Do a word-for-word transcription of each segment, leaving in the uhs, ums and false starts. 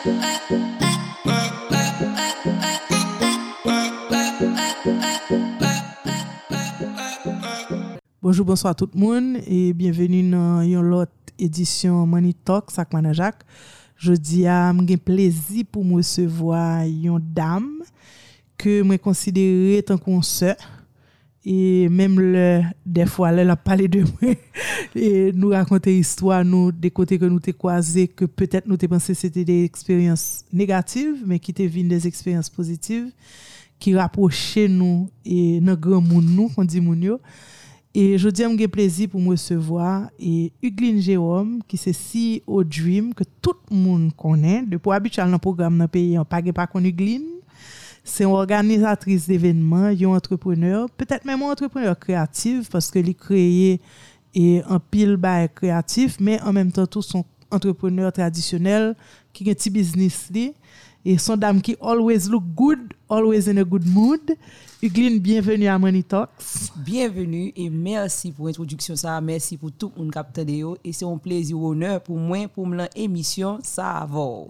Bonjour, bonsoir tout le monde et bienvenue dans une autre édition Money Talk avec Mana Jacques. Jeudi a j'ai plaisir pour me recevoir une dame que moi considère tant qu'on sœur et même le des fois elle a parlé de moi et nous raconter histoire nous des côtés que nous t'ai croisé que peut-être nous t'ai pensé c'était des expériences négatives mais qui t'ai vu des expériences positives qui rapprochaient nous et dans grand monde nous qu'on dit moun yo. Et je dis à mon plaisir pour me recevoir et Hugueline Jérôme qui c'est C E O Dream que tout le monde connaît depuis habituel dans programme dans pays on pas pas connaît Hugueline. C'est une organisatrice d'événements, une entrepreneur, peut-être même un entrepreneur créatif parce que lui créé et un pile bail créatif mais en même temps tout son entrepreneur traditionnel qui a un petit business li et son dame qui always look good, always in a good mood. Hugueline, bienvenue à Money Talks. Bienvenue et merci pour l'introduction ça, merci pour tout le monde qui a entendu et c'est un plaisir ou honneur pour moi pour me l'émission ça va.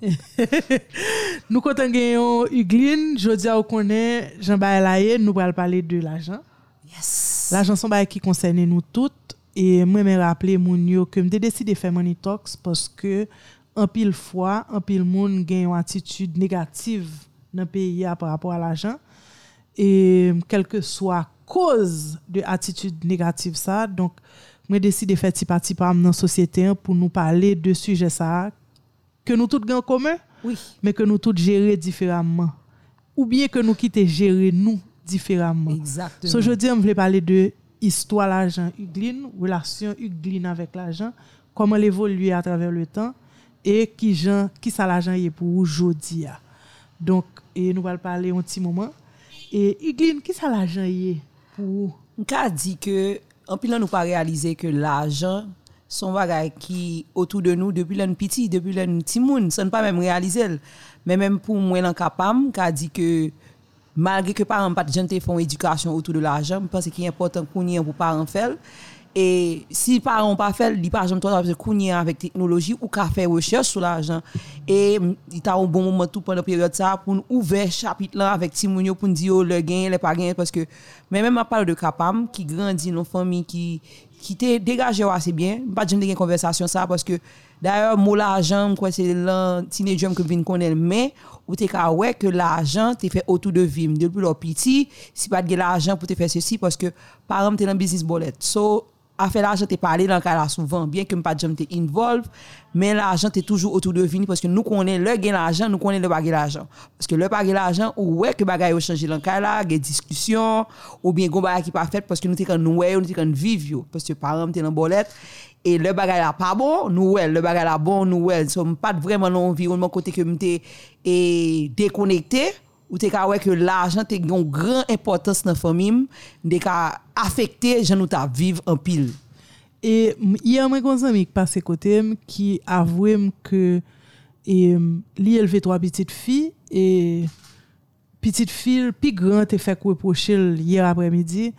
Nous content gagnons Hugueline, jodi a connaît Jean-Baël Laye, nous allons parler de l'argent. Yes. L'argent son bail qui concerne nous toutes et moi me rappeler moun yo que m'ai décidé faire Money Talks parce que en pile fois, en pile monde gagne une attitude négative dans pays par rapport à l'argent. Et quelle que soit cause de attitude négative ça donc moi décide de faire petit parti par dans société pour nous parler de sujet ça que nous tous gagnons en commun oui mais que nous tous gérer différemment ou bien que nous quitter gérer nous différemment. Exactement. So aujourd'hui on voulait parler de histoire l'argent Hugueline, relation Hugueline avec l'argent, comment l'évoluer à travers le temps et qui gens qui ça l'argent est pour aujourd'hui. Donc et nous allons parler un petit moment. Et Hugueline, qui ça l'argent est pour? On a dit que en plus nous pas réaliser que l'argent son bagage qui autour de nous depuis l'an petit, depuis l'an petit moun, ça ne pas même réaliser. Mais même pour moi l'en capable, qu'a dit que malgré que parents pas gens te font éducation autour de l'argent, je pense qu'il est important qu'on y pour parents faire. Et si parents pas fait li par exemple toi parce que avec technologie ou qu'a faire recherche sur l'argent et il t'a un bon moment tout pendant période ça pour nous ouvrir chapitre là avec Timounio pour nous dire le gain le pas gain parce que mais même à parler de capam qui grandit dans famille qui qui t'est dégagé assez bien pas de gain conversation ça parce que d'ailleurs mot l'argent quoi c'est l'un teenager que vinn connaître mais ou t'es ka ouais que l'argent t'es fait autour de vie depuis leur petit si pas de l'argent pour te faire ceci parce que par exemple t'es dans business bolette so a fait l'argent t'es parlé dans cas là souvent bien que pas jamais t'es involve mais l'argent t'es toujours autour de vie parce que nous connaît le gain l'argent nous connaît le pas gain l'argent parce que le pas gain l'argent ou ouais que bagaille au changer dans cas là des discussions ou bien gon bagaille qui pas fait parce que nous t'es quand nous ouais nous t'es quand vivre parce que par exemple t'es dans bolette et le bagaille là pas bon nous ouais le bagaille là bon nous ouais sommes pas vraiment dans l'environnement côté que m'était et déconnecté ou t'es ka ouais que l'argent t'es une grande importance dans famille des ka affecter gens nous ta vivre en pile et hier moi gon ami qui passe côté qui avoué que et li élevé trois petites filles et petite fille plus grand te fait reprocher hier après-midi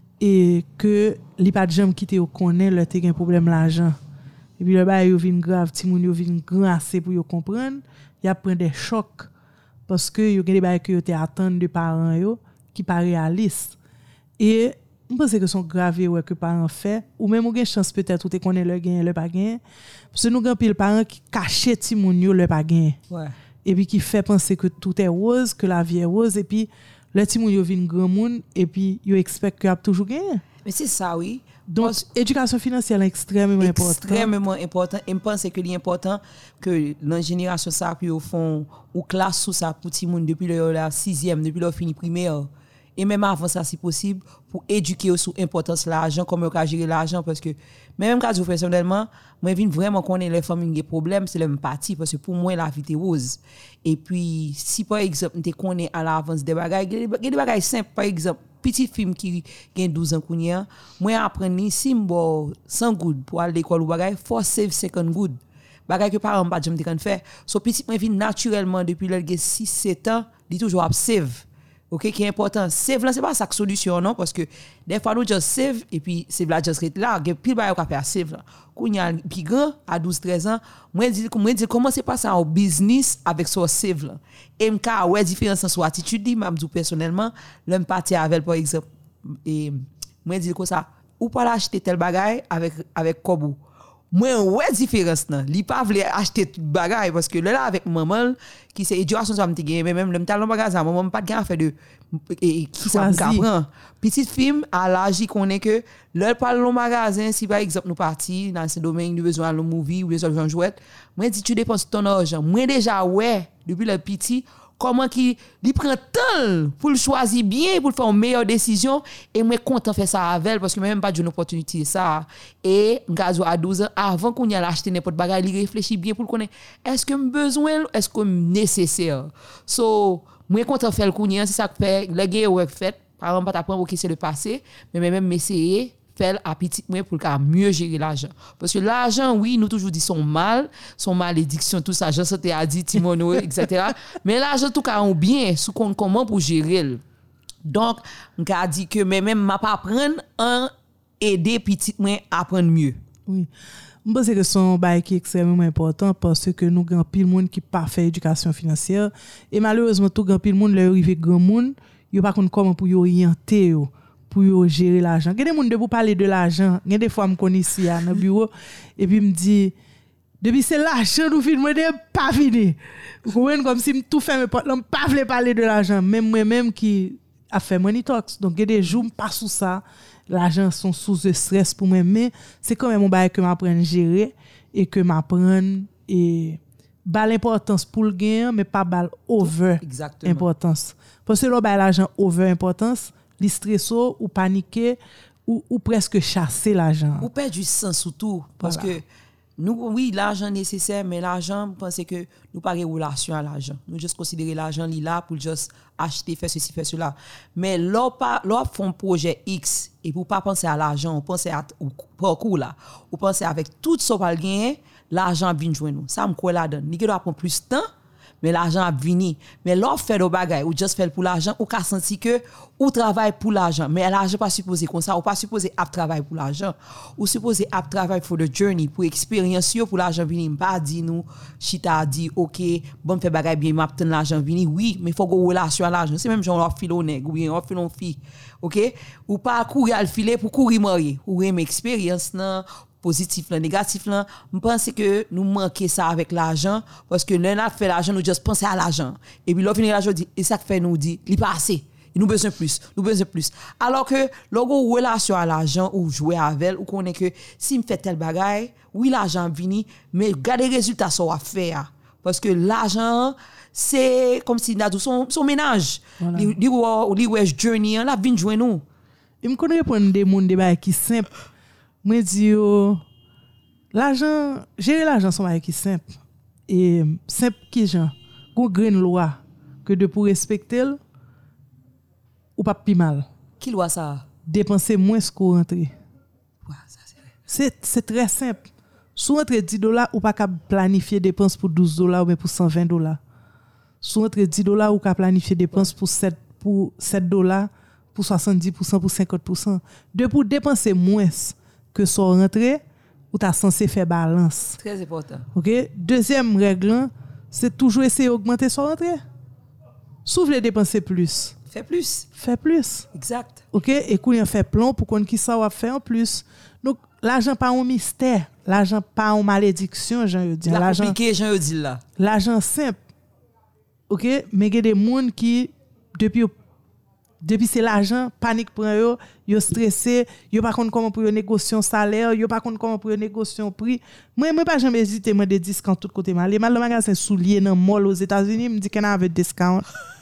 et que li pas de jambe qui te connaît le te gen problème l'argent et puis le ba yo vinn grave ti moun yo vinn grand assez pour yo comprendre y a prend des chocs parce que yo gen des bail que yo te attendre de parents yo qui pas réaliste et je pense que sont gravés ouais que parents fait ou même ou gen chance peut-être ou te connaît le gain le pas gain parce que nous gen pile parents qui cacher ti moun yo le pas gain ouais et puis qui fait penser que tout est rose que la vie est rose et puis le ti moun yo vinn grand monde et puis yo expect que a toujours gain mais c'est ça oui donc éducation financière est extrêmement important extrêmement important et je pense que c'est important que dans génération ça puis au fond ou classe sous ça pour ti moun depuis le la sixième depuis le fini primaire et même avant ça si possible pour éduquer sur l'importance de l'argent comment on gérer l'argent parce que même quand je personnellement moi viens vraiment connaître les familles des problèmes c'est le même parti parce que pour moi la vie est rose et puis si par exemple tu connais à l'avance des bagages des bagages simples par exemple petit film qui gagne douze ans kounya moi apprendre ici bon cent good pour aller l'école ou bagage faut save cinquante good bagage que parents pas jamais te faire so petit moi vient naturellement depuis le six sept ans il toujours save OK, qui est important. Save là, c'est pas ça que solution, non? Parce que des fois, nous just save et puis save là, just reste là. Puis, bah, on faire save là. Quand il y a un plus grand, à douze treize ans, moi, je dis, moi, je dis, comment c'est pas ça au business avec son save là? Et m'ka, ouais, différence en son attitude, dit, m'a dit personnellement, l'homme parti avec, par exemple, et moi, je dis, comme ça, ou pas l'acheter tel bagage avec, avec Kobo. Moi, ouais, différence, non. Li pas voulait acheter tout bagage parce que là, avec maman, qui c'est éducation, ça me dit, mais même le talon bagage, maman, pas de gain fait de, et qui ça me prend. Petite film, à l'âge, qu'on est que, là, parle le magasin, si par exemple, nous partis dans ce domaine, nous besoin de movie ou besoin de jouet, moi, dis, tu dépenses ton argent. Moi, déjà, ouais, depuis le petit, comment qui il prend temps pour le choisir bien pour faire une meilleure décision et moi content faire ça avec elle parce que même pas d'une opportunité ça et gazo à douze ans avant qu'on y a acheter n'importe bagage il réfléchit bien pour connaître est-ce que me besoin est-ce que nécessaire so moi content faire le connaître c'est ça que fait le gars ouais fait par exemple pas t'apprendre OK c'est le passé mais même essayer faire à petit moins pour mieux gérer l'argent parce que l'argent oui nous toujours dit son mal son malédiction tout ça je santé a dit Timono etc mais l'argent tout cas on bien sous comment pour gérer donc on a dit que mais même m'a pas apprendre en aider petit moins à apprendre mieux oui je pense que son bail qui est extrêmement important parce que nous grand pile monde qui pas fait éducation financière et malheureusement tout grand pile monde leur arrivé grand monde yo pas connait comment pour orienter yo pour gérer l'argent. Il y a des gens qui pour parler de l'argent. Il y a des fois, je connais ici, dans le bureau, et puis me dit, depuis c'est l'argent, nous filmons, je ne pas venir. Vous comprenez, comme si je tout fait, je ne pas parler de l'argent. Même moi-même qui a fait Money Talks. Donc, il y a des jours, je ne pas sous ça. L'argent sont sous le stress pour moi. Mais c'est quand même un bail que je apprends à gérer et que je apprends et bal l'importance pour le gain, mais pas bal over Exactement. Importance. Parce que là, l'argent over importance, li stresso ou paniquer ou, ou presque chasser l'argent. Ou perdre du sens surtout parce voilà. que nous oui l'argent nécessaire mais l'argent pensez que nous pas de relation à l'argent. Nous juste considérer l'argent li là pour juste acheter faire ceci faire cela. Mais là pas là font projet X et pour pas penser à l'argent, on pense à au parcours là. Ou penser avec tout ça pas gagner, l'argent vient joindre nous. Ça me croit là-dedans. Ni que doit prendre plus de temps mais l'argent a venu mais l'offre fait le bagay ou juste fait pour l'argent ou qu'a senti que ou travaille pour l'argent mais l'argent pas supposé comme ça ou pas supposé à travailler pour l'argent ou supposé à travailler pour the journey pour expérience pour l'argent venir pas dit nous chita dit OK bon fait bagay bien m'a obtenir l'argent venir oui mais faut go relation à l'argent c'est même genre on file au nèg ou bien on file on fille OK ou pas courir al filer pour courir marier ou une expérience nan positif là négatif là je pense que nous manquer ça avec l'argent parce que là on a fait l'argent nous juste penser à l'argent et puis là finir l'argent dit et ça fait nous dit il pas assez il nous besoin plus nous besoin plus alors que logo relation à l'argent ou jouer avec ou connaît que si me fait tel bagaille oui l'argent vini mais garder résultat ça va faire parce que l'argent c'est comme si n'a son son ménage li li li journey la vinn joindre nous il me connaît prendre des monde des bail qui simple moi dis l'argent gérer l'argent son bail qui simple et simple qui genre gon grain loi que de pour respecter ou pas pi mal qui loi ça dépenser moins ce qu'on rentre ouais, ça c'est vrai c'est c'est très simple sous entre dix dollars ou pas capable planifier dépenses pour douze dollars ou bien pour cent vingt dollars sous entre dix dollars ou capable planifier dépenses pour sept pour sept dollars pour soixante-dix pour cent pour cinquante pour cent de pour dépenser moins que son rentrée ou tu es censé faire balance. Très important. OK? Deuxième règle, c'est toujours essayer d'augmenter son rentrée. Si vous voulez dépenser plus. Fais plus. Fais plus. Exact. OK? Et qu'on y a fait plan pour qu'on qui ça va faire en plus. Donc, l'argent pas un mystère. L'argent pas une malédiction, j'en dis. L'argent compliqué, j'en dis là. L'argent simple. OK? Mais il y a des gens qui, depuis Depuis c'est l'argent, panique prend yo, yo stressé, yo pas connait comment pour yo négocier un salaire, yo pas connait comment pour yo négocier un prix. Moi moi pas jamais hésiter moi des discounts tout côté mal. Les mal le magasin soulier dans mall aux États-Unis, me dit qu'on avait discount.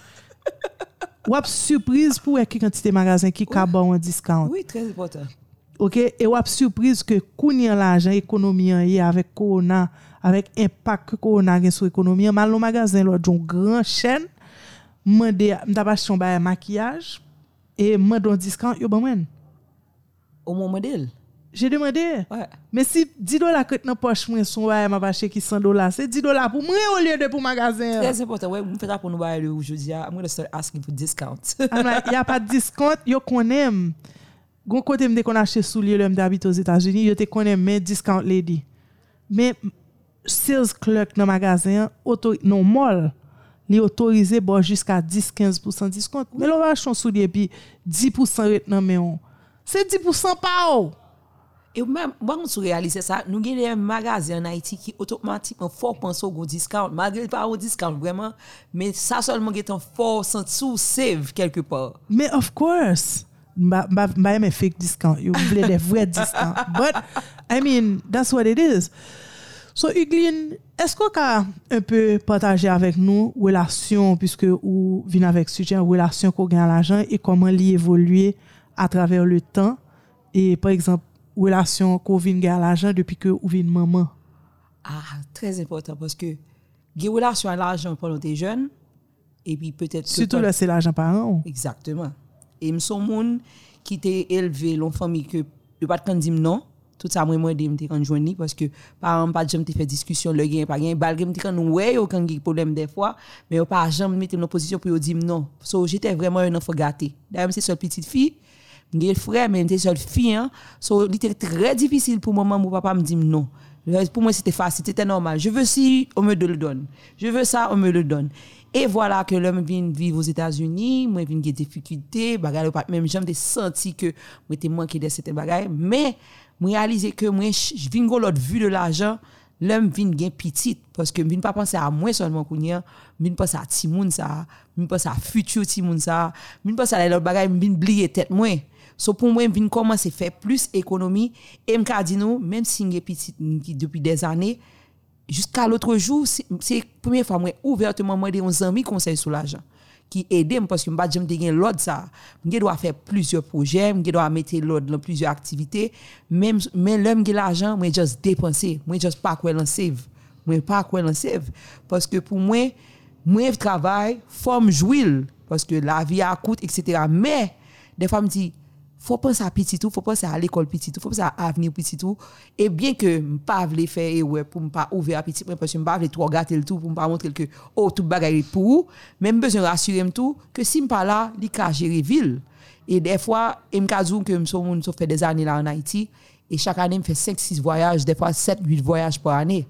Ou ap surprise pour qui quantité magasin qui ka bon un discount. Oui, très important. OK, et ou ap surprise que kounya l'argent économie y avec corona, avec impact que corona gen sur économie, mal le magasin l'autre une grande chaîne mandé m'ta pas son bail maquillage et mandon discount yo ban mwen au mon modèle J'ai demandé. Ouais. Mais si dix dollars que dans poche moi son ouais m'a acheté qui cent dollars, c'est dix dollars pour moi au lieu de pour magasin. Très important. Ouais, vous faites ça pour nous bailler aujourd'hui. I'm going to start asking for discount. Il y a pas de discount, yo connais. Gon côté me qu'on acheter soulier l'homme d'habiter aux États-Unis, yo te connais mais discount lady. Mais sales clerk dans magasin auto non mall li autorisé bon jusqu'à dix à quinze pour cent discount. Mais l'on va acheter un soulier puis dix pour cent nan mais on. C'est dix pour cent pas ou. Et même, moi, on se réalise ça, nous avons des magasins en Haïti qui automatiquement fort penser au discount, malgré pas au discount vraiment, mais ça seulement est un fort sous save quelque part. Mais of course, bah bah bah mais fake discount, you voulez des vrais discounts. But I mean, that's what it is. So Uglin, est-ce qu'on a un peu partagé avec nous relation puisque ou vient avec sujet relation qu'on gagne l'argent et comment l'y évoluer à travers le temps et par exemple relation qu'on vient gagner l'argent depuis que ou vient maman. Ah, très important parce que des relations à l'argent pendant t'es jeune et puis peut-être surtout là c'est l'argent parent. Exactement. Et me son monde qui t'est élevé l'en famille que de pas quand dire non, tout ça moi moi m'te quand joindre parce que par exemple pas jamais fait discussion le gain pas gain balgue m'te quand ouais au quand problème des fois mais pas jamais mettre en position pour dire non. So j'étais vraiment un enfant gâté. D'ailleurs c'est seule petite fille. J'ai frère mais j'étais seule fille hein. So c'était très difficile pour maman mon papa me dire non. Pour moi c'était facile, c'était normal. Je veux si on me le donne. Je veux ça on me le donne. Et voilà que l'homme vient vivre aux États-Unis, moi vient des difficultés, bagarre pas même jamais senti que moi était manqué de certaines bagailles mais moi réaliser que moi je viens go l'autre vue de l'argent, l'homme vient gain petite parce que vient pas penser à moi seulement kounya, vient penser à ti moun ça, vient penser à futur ti moun ça, vient penser à l'autre bagaille vient oublier tête moi. So pour moi vinn commencer faire plus économie et m'ka dit nous même si j'ai petite depuis des années jusqu'à l'autre jour c'est première fois moi ouvertement moi des amis conseil sur l'argent qui aider parce que m'pa jamais te gain l'autre ça m'ge doit faire plusieurs projets m'ge doit mettre l'autre dans plusieurs activités même mais l'homme qui l'argent moi juste dépenser moi juste pas quoi en save moi pas quoi en save parce que pour moi moi travail forme jouir parce que la vie a coûte etc mais des fois me dit faut penser à petit tout, faut penser à l'école petit tout, faut penser à avenir petit tout et bien que m'pas vle faire ouais pour m'pas ouvrir petit parce que m'pas vle trop gâter le tout pour m'pas montrer que oh tout bagaille pour même besoin rassurer tout que si m'pas là li ka gérer ville et des fois et m'ka dou que m'son moun so fait des années là en Haïti et chaque année me fait cinq six voyages des fois sept huit voyages par année.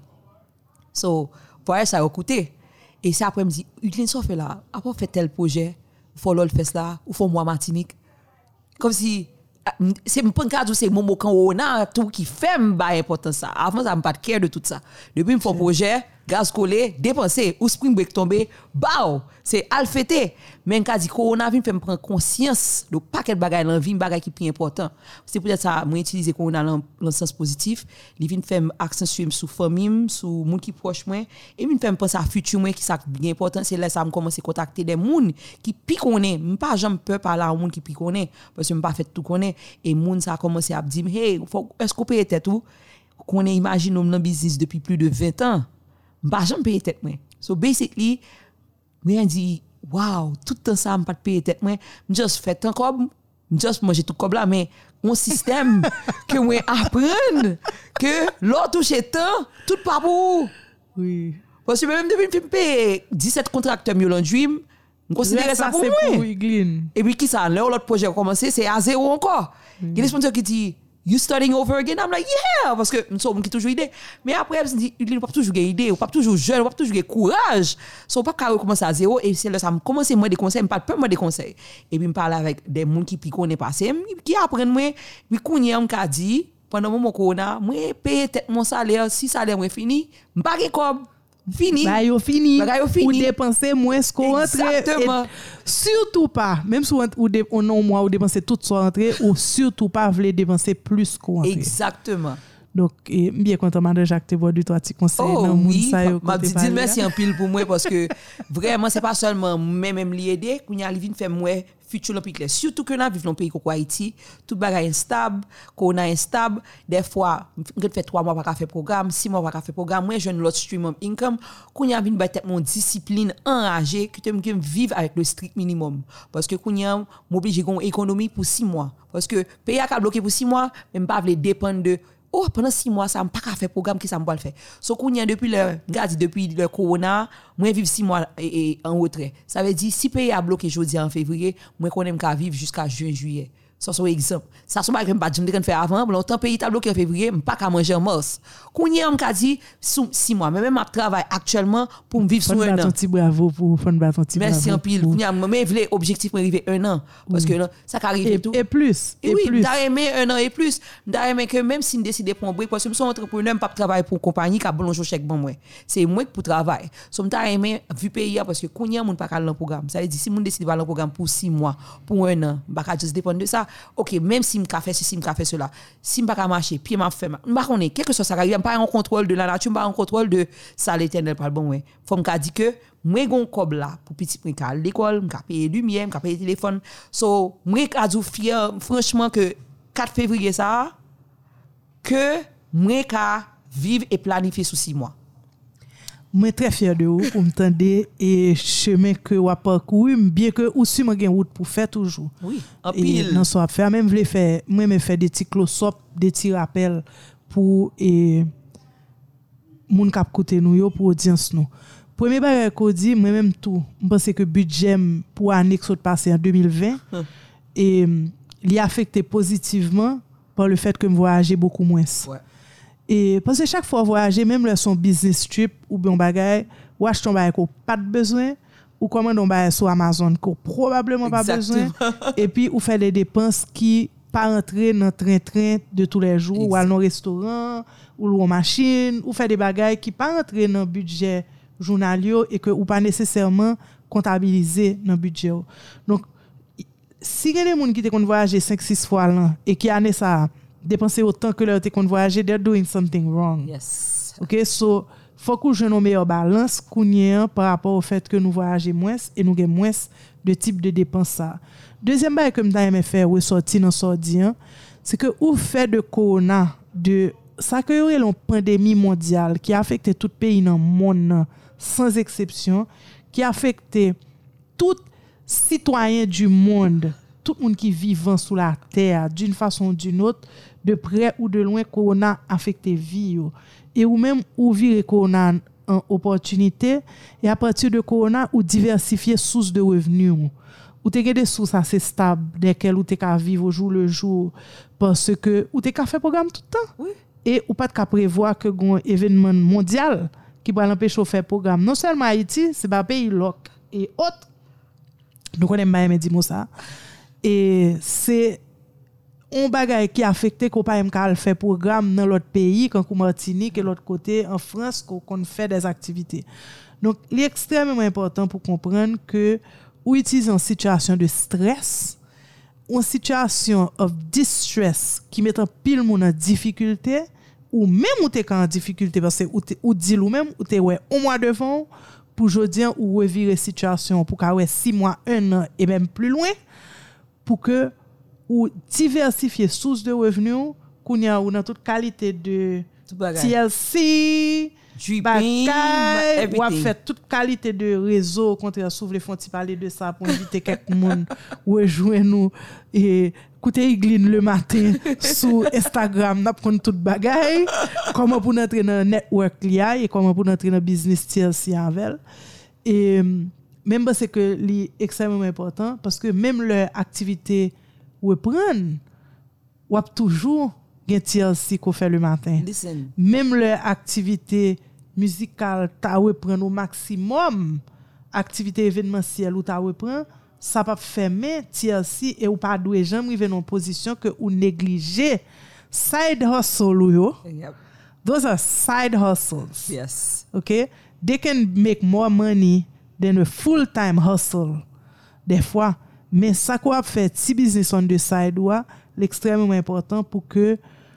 So voyage ça a coûté et ça après me dit Utlin so fait là après fait tel projet faut le faire là ou faut moi Martinique comme si c'est pas cadeau c'est mon mot quand on a tout qui fait m'ba important ça avant ça me pas de care de tout ça depuis me font projet gaz collé dépenser ou spring break tomber bao c'est al fêter mais quand dit corona vient faire me prendre conscience de paquet bagaille dans vie bagaille qui plus important c'est peut-être ça moi utiliser corona dans le sens positif il vient faire accentuer sur famille sur monde qui proche moi et vient faire penser à futur moi qui ça bien important c'est là ça me commencer contacter des monde qui pi connaît pas jamais peur parler à monde qui pi connaît parce que me pas fait tout connaît et monde ça commencer à dire hey est-ce qu'on peut être tout qu'on imagine dans business depuis plus de vingt ans pas jamais payer tête moi so basically moi dit wow tout temps ça me pas payer tête moi juste fait tant comme juste manger tout comme là mais un système que moi apprendre que l'autre toucher temps tout pas pour oui parce que même depuis me payer dix-sept contracteurs million dream on considère ça pour moi et puis qui ça l'autre projet commencer c'est à zéro encore il y a des sponsors qui dit you starting over again I'm like yeah parce que nous sommes qui toujours idée mais après je dis il pas toujours gagner idée ou pas toujours jeune ou pas toujours gagner courage so pas qu'à recommencer à zéro et c'est là ça me commencer moi des conseils me pas peu moi des conseils et puis me parler avec des monde qui connaît passé qui apprennent moi puis connait on ka dit pendant moment corona moi payer tête mon salaire si salaire moi fini pas gain comme fini bah yo fini ou dépenser moins ce qu'on rentre surtout pas même si ou on non mois ou dépenser tout soit rentré ou surtout pas vouloir dépenser plus qu'on rentre exactement Donc, et bien content de Jacques te voir du toi, tu conseilles oh, dans oui, ça yo m'a dit dire merci en pile pour moi parce que vraiment c'est pas seulement moi même li aider, qu'on y a vinn faire moi futur l'impliquer. Surtout que nous vivons dans un pays comme Haïti, tout bagay instable, qu'on a instable, des fois on fait trois mois pas faire programme, six mois pas faire programme, moi je ne l'autre stream of income, qu'on y a vinn battre mon discipline enragée que tu me vivre avec le strict minimum parce que qu'on y a m'oblige gon économie pour six mois parce que pays a bloqué pour six mois, même pas veut dépendre de oh pendant six mois ça me pas faire programme qui ça me pas le faire so kounya depuis le regarde depuis le corona moi vivre six mois et, et en retrait ça veut dire si pays a bloqué jeudi en février moi connais me vivre jusqu'à juin juillet ça c'est un exemple ça sont pas que pas me faire avant longtemps pays t'a bloqué en février me pas qu'à manger en mars kounya me dit six mois mais même à travail actuellement pour me vivre sur un an petit bravo pour fond battre petit bravo merci en pile kounya mais voulais objectif pour arriver un an parce que là ça arrive tout et plus et, et oui plus d'ailleurs aimé un an et plus d'ailleurs aimé que même si me décider pour un break parce que je suis entrepreneur pas travailler pour compagnie qui a bon chèque bon moi c'est moi qui pour travail so me d'ailleurs aimé vu pays parce que kounya moun pas dans programme ça veut dire si moun décide pas dans programme pour six mois pour un an pas juste dépendre de ça OK même si me fait ceci me fait cela si me pas marcher puis m'a fait m'a connait quelque chose ça arrive pas en contrôle de la nature pas en contrôle de ça l'éternel pas bon ouais faut me dire que moi gon kob là pour petit prix à l'école me payer lumière me payer téléphone so moi ka dou fier franchement que quatre février ça que moi ka vivre et planifier sous six mois. Moi très fier de vous pour m'tendre et chemin que ou parcouru bien que aussi moi gen route pour faire toujours. Oui, en pile. Non soit faire même vle faire moi me faire des petits close-up, des petits rappels pour et moun k'ap koute nou yo pour audience nou. Premier bagay ko di moi même tout, je pense que budget pour année qui s'est passé en deux mille vingt et il affecté positivement par le fait que me voyager beaucoup moins. Ouais. Et parce que chaque fois voyager même le son business trip ou bien bagay ou acheter un bagay ko pas de besoin ou commande un bagay sur Amazon ko probablement pas besoin et puis ou faire des dépenses qui pas rentrer dans train-train de tous les jours. Exactement. Ou aller dans restaurant ou louer machine ou faire des bagages qui pas rentrer dans budget journalier et que ou pas nécessairement comptabiliser dans budget. Donc si il y a des gens qui te kon voyager cinq six fois là et qui année ça dépenser autant que leur te kon voyager, they're doing something wrong. Yes. OK, so faut que je une meilleure balance kounien par rapport au fait que nous voyager moins et nous gain moins de type de dépenses ça. Deuxième bail que m'ta aimé faire ressortir dans sordi c'est que ou fait de corona de ça que y a une pandémie mondiale qui a affecté tout pays dans le monde sans exception, qui a affecté tout citoyen du monde, tout le monde qui vivant sur la terre d'une façon ou d'une autre, de près ou de loin, corona a affecté vie et ou même ou virer corona en opportunité et à partir de corona ou diversifier sources de revenus ou te des sources assez stables desquelles ou te ka vivre au jour le jour parce que ou te ka faire programme tout le temps. Oui. Et ou pas de ka prévoir que un événement mondial qui va l'empêcher de faire programme. Non seulement Haïti, c'est pas pays loc et autres. Donc on aime bien dire ça. Et c'est un bagage qui a affecté qu'on pas même faire programme dans l'autre pays quand en Martinique et l'autre côté en France qu'on fait des activités. Donc il est extrêmement important pour comprendre que ou utilise en situation de stress, en situation of distress qui met en pile moun en difficulté ou même ou t'es en difficulté parce que ou ou dit ou même ou t'es ouais un mois devant pour jodien ou revirer situation pour ka ouais six mois, un an et même plus loin pour que ou diversifier sources de revenus qu'on y a ou dans toute qualité de T L C dripping, ou a fait toute qualité de réseau contre s'ouvre les fonds parler de ça pour inviter quelques monde ou rejoindre nous et écouter Igline le matin sur Instagram n'a prendre toute bagaille comment pour entrer dans network lié et comment pour entrer dans business T L C avec et même c'est que c'est extrêmement important parce que même leur activité reprendre ou a toujours gen T L C qu'on fait le matin. Listen. Même leur activité musicale ta reprendre au maximum, activité événementielle ou ta reprendre, ça pas fermer T L C et ou pas doué jamais arriver dans position que ou négliger side hustle yo. Yep. Those are side hustles. Yes. Okay? They can make more money than a full-time hustle. Des fois, mais ça qu'on a fait si business on the side ou l'extrêmement important pour que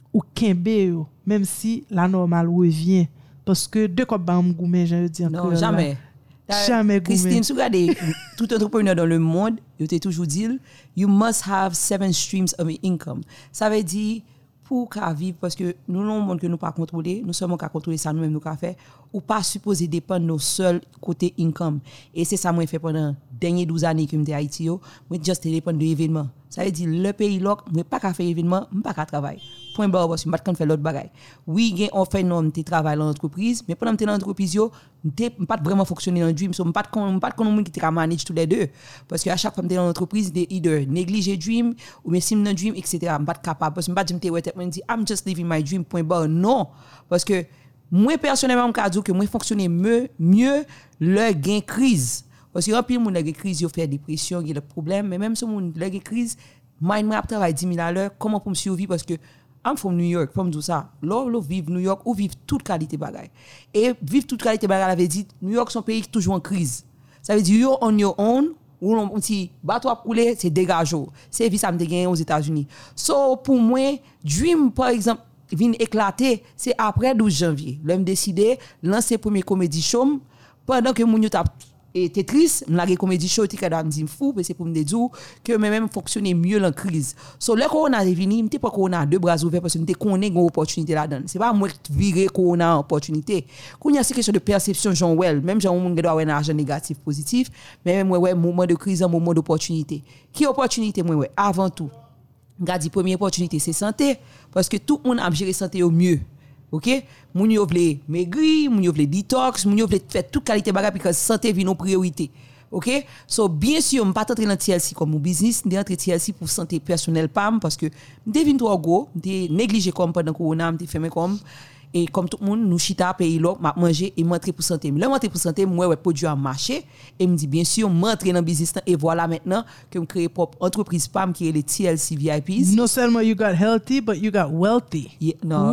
ou kembe yo, même si la normale revient. Parce que deux cop ba m'goumen, je veux dire. Non, jamais. Là, jamais goumen. Christine, si vous regardez tout entrepreneur dans le monde, il t'ai toujours dit, you must have seven streams of income. Ça veut dire, pour qu'à vivre, parce que nous, non, monde que nous pas contrôler, nous seulement qu'à contrôler ça nous-mêmes, nous qu'à faire, ou pas supposé dépendre de nos seuls côtés income. Et c'est ça, moi, fait pendant dernières douze années que j'étais à Haïti, moi, juste dépendre de l'événement. Ça veut dire, le pays là, moi, pas qu'à faire événement, moi, pas qu'à travailler. Point barre, parce que je ne peux pas faire l'autre bagaille. Oui, on fait non, je travaille dans l'entreprise, mais pendant que je suis dans l'entreprise, je ne peux pas vraiment fonctionner dans le dream. Je ne peux pas comme qui manage tous les deux. Parce qu'à chaque fois que je suis dans l'entreprise, je either négliger dream ou me sim dans le dream, et cetera. Je ne suis pas capable. Parce que je ne peux pas dire, I'm just living my dream, point barre. Non. Parce que moi, personnellement, je dis que moi, fonctionner mieux, mieux le gain crise. Parce que quand on a une crise, il fait dépression, il y a des problèmes. Mais même si on a une crise, mind map travaille dix mille à l'heure, comment pour me survivre? Parce que I'm from New York, comme tout ça. Là, là, vivre New York ou vivre toute qualité bagaille. Et vivre toute qualité bagaille, ça veut dire New York, son pays toujours en crise. Ça veut dire you're on your own, ou on dit bateau à couler, c'est dégageau. C'est vie ça me gagné aux États-Unis. So pour moi, dream par exemple vient éclater, c'est après douze janvier. Là, me décidé lancer premier comédie show pendant que mon yo t'a et t'es triste, m'la comédie show t'es qu'à me dire fou parce que pour me dire que même fonctionner mieux en crise. So le corona est venu, m'était pas corona deux bras ouverts parce que m'était connait une opportunité là-dedans. C'est pas moi qui virer corona en opportunité. Quand il y a ces questions de perception Jean well, même Jean on doit avoir un argent négatif positif, mais même ouais moment de crise, un moment d'opportunité. Qui opportunité moi ouais avant tout. Gadi première opportunité c'est santé parce que tout le monde a géré santé au mieux. OK, moun yo vle maigri, moun yo vle detox, moun yo vle faire toute qualité bagage parce que santé vient en priorité. OK, so bien sûr on pas entrer dans T L C comme mon business, on entrer T L C pour santé personnelle pam parce que devine trop gros, m'était négligé comme pendant corona, m'était fermé comme et comme tout le monde nous chita pays là m'a manger et m'entrer pour santé. Là m'entrer pour santé, moi ouais produit à marché et me dit bien sûr m'entrer dans business et voilà maintenant que me créer propre entreprise pam qui est les T L C V I Ps. No seulement you got healthy but you got wealthy. Yeah, no.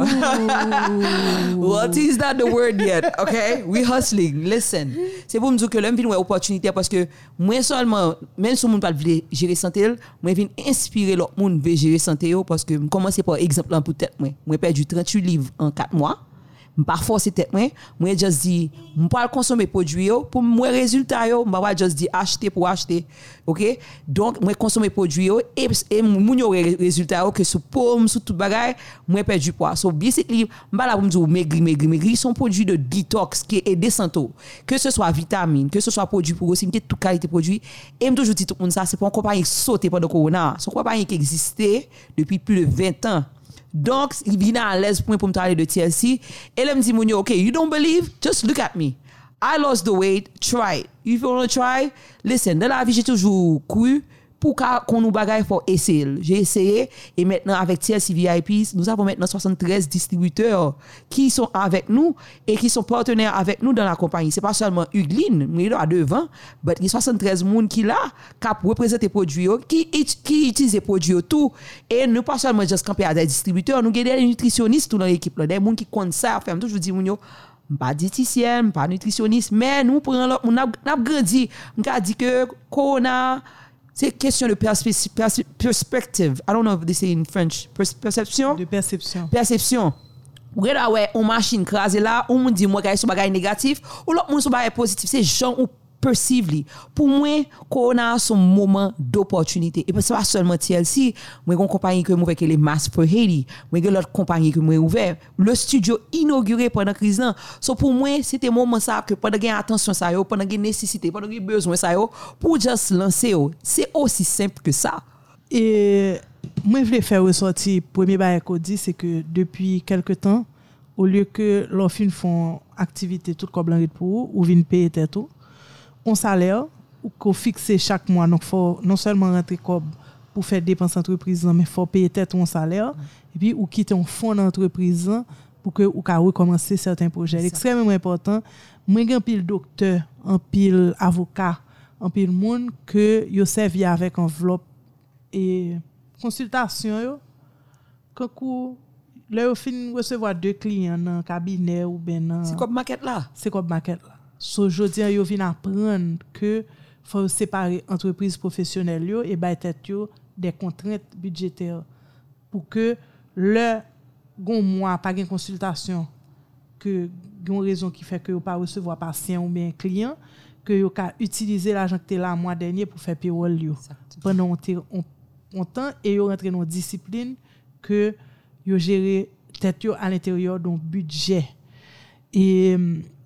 Wealthy is not the word yet, okay? We hustling. Listen. C'est pour me dire que l'homme vient une opportunité parce que moi seulement même si mon pas veut gérer santé, moi vient inspirer l'autre monde veut gérer santé parce que commencer par exemple pour tête moi. Moi perdu trente-huit livres en quatre mois. Pas forcer tête moi moi juste dit on pas consommer produit pour moi résultat yo pas juste dit acheter pour acheter. OK, donc moi consommer produit et et mon yo résultat que sous pomme sous tout bagaille moi perdu poids. So basically pas là pour me dire maigri maigri maigri sont produits de détox qui aide santé, que ce soit vitamine, que ce soit produit pour aussi toute qualité produit et me toujours dit tout le monde ça c'est pas une compagnie sauté pendant corona, c'est une compagnie qui existait depuis plus de vingt ans. Donc, il vient à l'aise pour me parler de T L C. Et là, me dit, Mounio, okay, you don't believe? Just look at me. I lost the weight. Try it. If you want to try, listen, dans la vie, j'ai toujours cru pour qu'on nous bagaille, il faut essayer. J'ai essayé. Et maintenant, avec T L C V I Ps, nous avons maintenant soixante-treize distributeurs qui sont avec nous et qui sont partenaires avec nous dans la compagnie. Ce n'est pas seulement Ugline, mais il y a devant, mais il y a soixante-treize personnes qui là, qui représentent les produits, qui, qui utilisent les produits tout. Et nous pas seulement juste camper à des distributeurs, nous avons des nutritionnistes dans l'équipe, des gens qui comptent ça. Enfin, toujours dis, nous pas diététicien, pas nutritionniste, mais nous prenons, on a grandi. On a dit que Corona, c'est question de perspe- pers- perspective. I don't know if they say in French. Pers- perception? De perception. Perception. Ou là, ouais, on machine crasée là, on me dit, moi, qu'il y a un bagage négatif, ou l'autre, on bagage positif. C'est gens ou perceive. Pour moi, Corona, son moment d'opportunité. Et c'est pas seulement T L C. Moi, j'ai une compagnie que moi, avec les Mask for Haiti. Moi, j'ai l'autre compagnie que moi, ouvert. Le studio inauguré pendant la crise là. So, pour moi, c'était un moment ça que pendant qu'il y a attention ça, pendant qu'il y a nécessité, pendant qu'il y a besoin ça, pour juste lancer. C'est aussi simple que ça. Et moi, je voulais faire ressortir, premier bail qu'on dit, c'est que depuis quelque temps, au lieu que l'on font activité toute comme blanc pour vous, ou viennent payer tout, on salaire, ou qu'on fixe chaque mois, donc faut non seulement rentrer comme pour faire dépenses entreprise, mais il faut payer tête un salaire, et puis ou quitter un fonds d'entreprise pour que ou ka recommencer certains projets. C'est extrêmement important. Moi, j'ai un pile docteur, un pile avocat, un pile monde que yo servi avec enveloppe et consultation yo quand coup là yo fin recevoir deux clients dans cabinet ou ben c'est comme maquette là c'est comme maquette là so jodi yo vinn apprendre que faut séparer entreprise professionnelle yo et bay tête yo des contraintes budgétaires pour que le gon mois pas gain consultation que gon raison qui fait que yo pas recevoir patient ou bien client que yo ka utiliser l'argent que t'es là mois dernier pour faire payroll yo pendant on, on temps et yo rentrer dans discipline que yo gérer tête yo à l'intérieur d'un budget et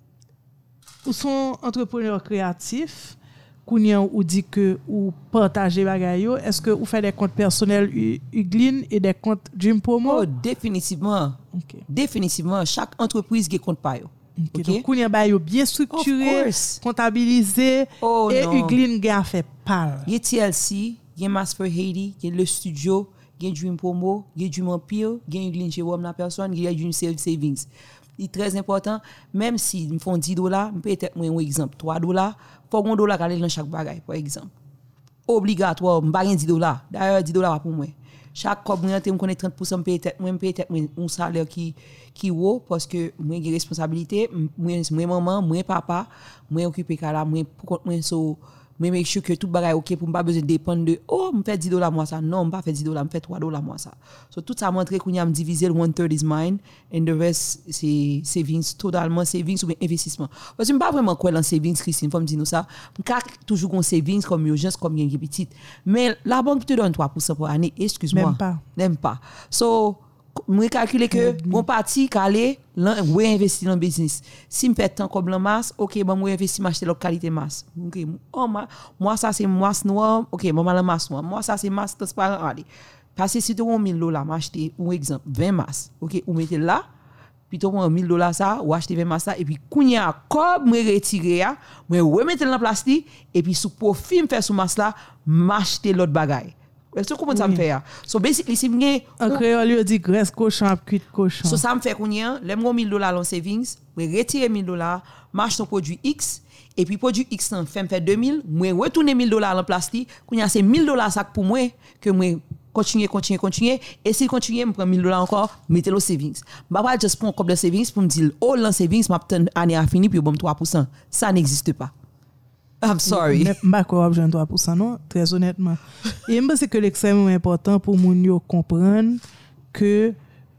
ou sont entrepreneurs créatifs Kounia ou dit que ou partager bagay yo est-ce que ou fait des comptes personnels Uglin et des comptes Dream Promo? Oh définitivement. Okay. Définitivement chaque entreprise qui compte pas yo. Okay. Okay. Donc Kounia ba yo bien structuré, comptabilisé oh, et non. Uglin ga fait pal. Y T L C, y Mass for Haiti, y le studio, y Dream Promo, y Dream Empire, y Uglin chez Wom la personne, y Dream Savings. C'est très important même si me font dix dollars, peut-être moi un exemple trois dollars faut un dollar aller dans chaque bagaille par exemple obligatoire me pas dix dollars d'ailleurs dix dollars pour moi chaque cob moi me connaît trente pour cent peut-être moi peut-être un salaire qui qui haut parce que moi j'ai responsabilité moi moi maman moi papa moi occupé là moi pour moi so moi make sure que tout bagaille OK pour pas besoin dépendre de oh me fait dix dollars moi ça non me pas fait dix dollars me fait trois dollars moi ça so tout ça montre qu'on y a me diviser le one third is mine and the rest c'est savings totalement savings ou bien investissement parce que me pas vraiment quoi dans savings Christine faut me dire nous ça me toujours un savings comme urgence comme bien petite mais la banque te donne trois pour cent par année excuse-moi même pas même pas so moi calculer que mon parti calé ouais investir dans business si me fait tant comme la masse OK bon moi investir m'acheter l'autre qualité masse OK oh moi ça c'est masse noire OK bon la masse noire moi ça c'est masse transparent allez passer si tu as mille dollars m'acheter un exemple vingt masses OK ou mettez là puis tu as mille dollars ça ou acheter vingt masses ça et puis kounya comme me retirer moi remettre dans plastique et puis sous profit me faire sous masse là m'acheter l'autre bagaille. Est-ce que comment ça me fait? So basically si me en créole lui dit graisse cochon cuit cochon. So ça me fait kounya, l'aime mille dollars en savings, me retirer mille dollars, m'acheter un produit X et puis produit X ça fait me fait deux mille, moi retourner mille dollars en plastique, kounya c'est mille dollars ça pour moi que moi continuer continuer continuer et si continuer me prend mille dollars encore, mettez le savings. Bah pas juste prendre comme de savings pour me dire oh le savings m'a année a fini puis bon trois pour cent. Ça n'existe pas. I'm sorry. Je ne sais pas si trois pour cent non, très honnêtement. Et je pense que l'extrêmement important pour moun yo comprendre que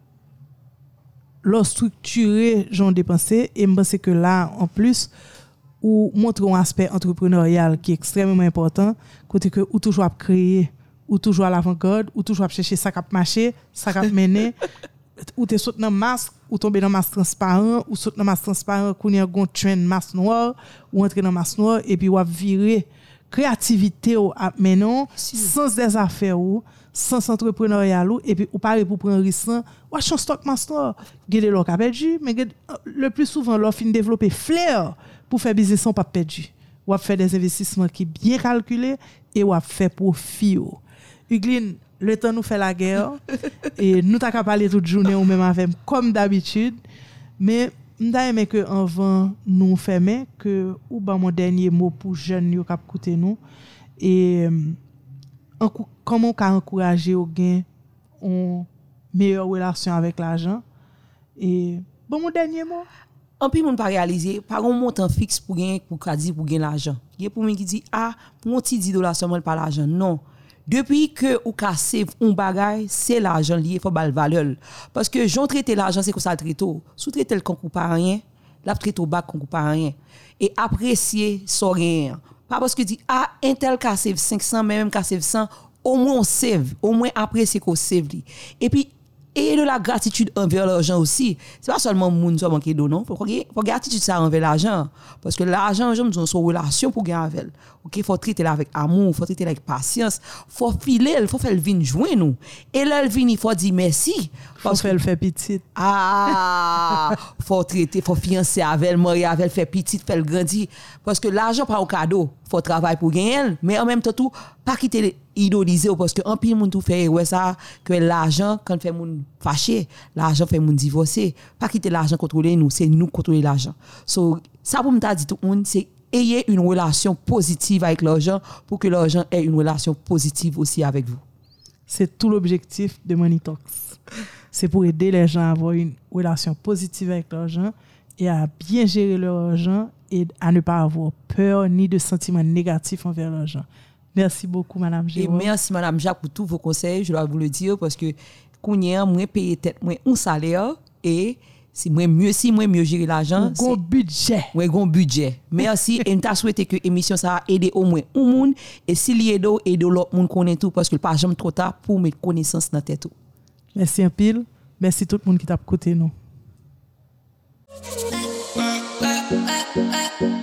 leur structurer j'en dépenser et je pense que là en plus ou montre un aspect entrepreneurial qui est extrêmement important côté que ou toujours à créer ou toujours à l'avant-garde ou toujours à chercher ça cap marché, ça cap mener ou te saute dans masque ou tomber dans masque transparent ou saute dans masque transparent qu'on y a gon trend masque noir ou entrer dans masque noir et puis ou virer créativité ou maintenant sans des affaires ou sans entrepreneurial ou et puis ou parler pour prendre risque ou acheter stock masque noir gade l'or ka perdu mais le plus souvent l'or fin développer flair pour faire business sans pas perdu ou faire des investissements qui bien calculés et ou faire profit. Uglin le temps nous fait la guerre et nous t'a qu'à parler toute journée ou même avec comme d'habitude mais m'ta aimé que avant nous fermer que ou ba mon dernier mot pour jeunes yo k'ap écouter nous et en, comment qu'a encourager au gain une meilleure relation avec l'argent et bon mon dernier mot en plus moun pas réaliser pas un montant fixe pour gain pour dire pour gain l'argent il y a pour moi qui dit ah mon petit dix dollars seulement pas l'argent non. Depuis que ou ka save un bagay, c'est l'argent lié faut bal valeur parce que j'on traiter l'argent c'est comme ça traiter sous traiter le concours pas rien, la traiter au bac concours pas rien et apprécier son rien. Pas parce que dit ah un tel ka save cinq cents même ka save cent, au moins on save, au moins apprécier qu'on save li. Et puis et de la gratitude envers l'argent aussi. C'est pas seulement moun seulement qui donne non, faut faut gratitude ça envers l'argent parce que l'argent j'aime une relation pour gagner avec. OK, faut traiter avec amour, faut traiter avec patience, faut filer, faut faire le vin joindre nous. Et là le vin il faut dire merci parce faut faire le faire petite. Ah, faut traiter, faut fiancer avec, marier avec, faire petite, faire grandir parce que l'argent pas au cadeau, faut travailler pour gagner mais en même temps tout pas quitter idoliser parce que en pile moun tout fait ouais ça que l'argent quand fait moun fâché, l'argent fait moun divorcer, pas quitter l'argent contrôler nous, c'est nous contrôler l'argent. So ça pour me t'a dit tout monde c'est ayez une relation positive avec l'argent pour que l'argent ait une relation positive aussi avec vous. C'est tout l'objectif de Money Talks. C'est pour aider les gens à avoir une relation positive avec l'argent et à bien gérer leur argent et à ne pas avoir peur ni de sentiments négatifs envers l'argent. Merci beaucoup, Madame Jérôme. Et merci, Madame Jacques, pour tous vos conseils. Je dois vous le dire parce que Kounyen, moi payer tête moi un salaire et si moi mieux si moi mieux gérer l'argent, c'est un budget. Ouais, un budget. Merci et t'a souhaité que émission ça a aidé au moins un monde et si li aide aide l'autre monde connaît tout parce que pas jamais trop tard pour mettre connaissance dans tête tout. Merci un pile. Merci tout le monde qui t'a écouté nous.